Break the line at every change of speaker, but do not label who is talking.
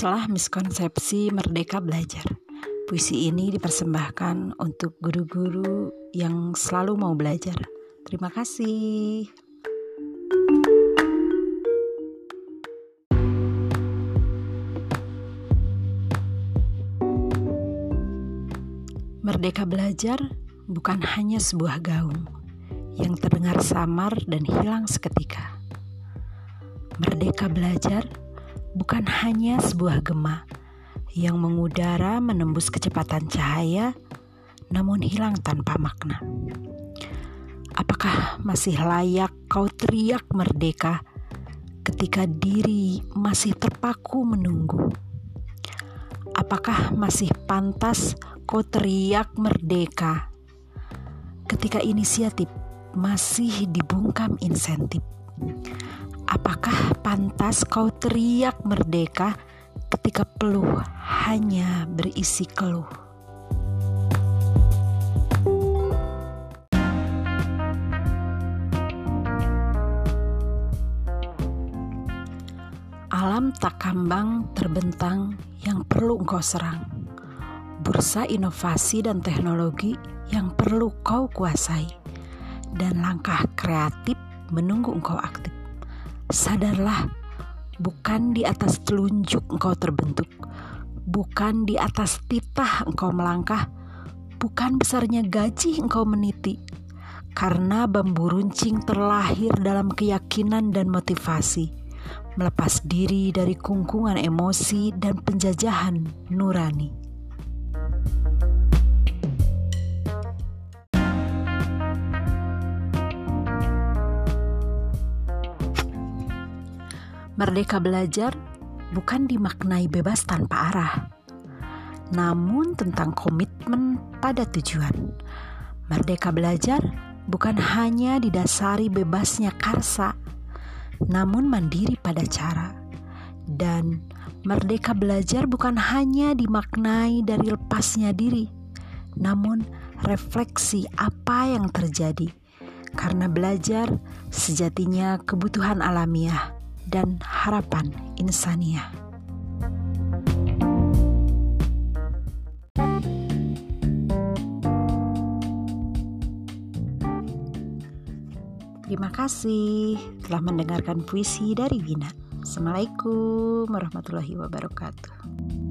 Hapuslah miskonsepsi Merdeka Belajar. Puisi ini dipersembahkan untuk guru-guru yang selalu mau belajar. Terima kasih. Merdeka belajar bukan hanya sebuah gaung yang terdengar samar dan hilang seketika. Merdeka belajar bukan hanya sebuah gema yang mengudara menembus kecepatan cahaya, namun hilang tanpa makna. Apakah masih layak kau teriak merdeka ketika diri masih terpaku menunggu? Apakah masih pantas kau teriak merdeka ketika inisiatif masih dibungkam insentif? Apakah pantas kau teriak merdeka ketika peluh hanya berisi keluh? Alam tak kambang terbentang yang perlu engkau serang. Bursa inovasi dan teknologi yang perlu kau kuasai. Dan langkah kreatif menunggu engkau aktif. Sadarlah, bukan di atas telunjuk engkau terbentuk, bukan di atas titah engkau melangkah, bukan besarnya gaji engkau meniti, karena bambu runcing terlahir dalam keyakinan dan motivasi, melepas diri dari kungkungan emosi dan penjajahan nurani. Merdeka belajar bukan dimaknai bebas tanpa arah, namun tentang komitmen pada tujuan. Merdeka belajar bukan hanya didasari bebasnya karsa, namun mandiri pada cara. Dan merdeka belajar bukan hanya dimaknai dari lepasnya diri, namun refleksi apa yang terjadi. Karena belajar sejatinya kebutuhan alamiah dan harapan insaniah. Terima kasih telah mendengarkan puisi dari Wina. Assalamualaikum warahmatullahi wabarakatuh.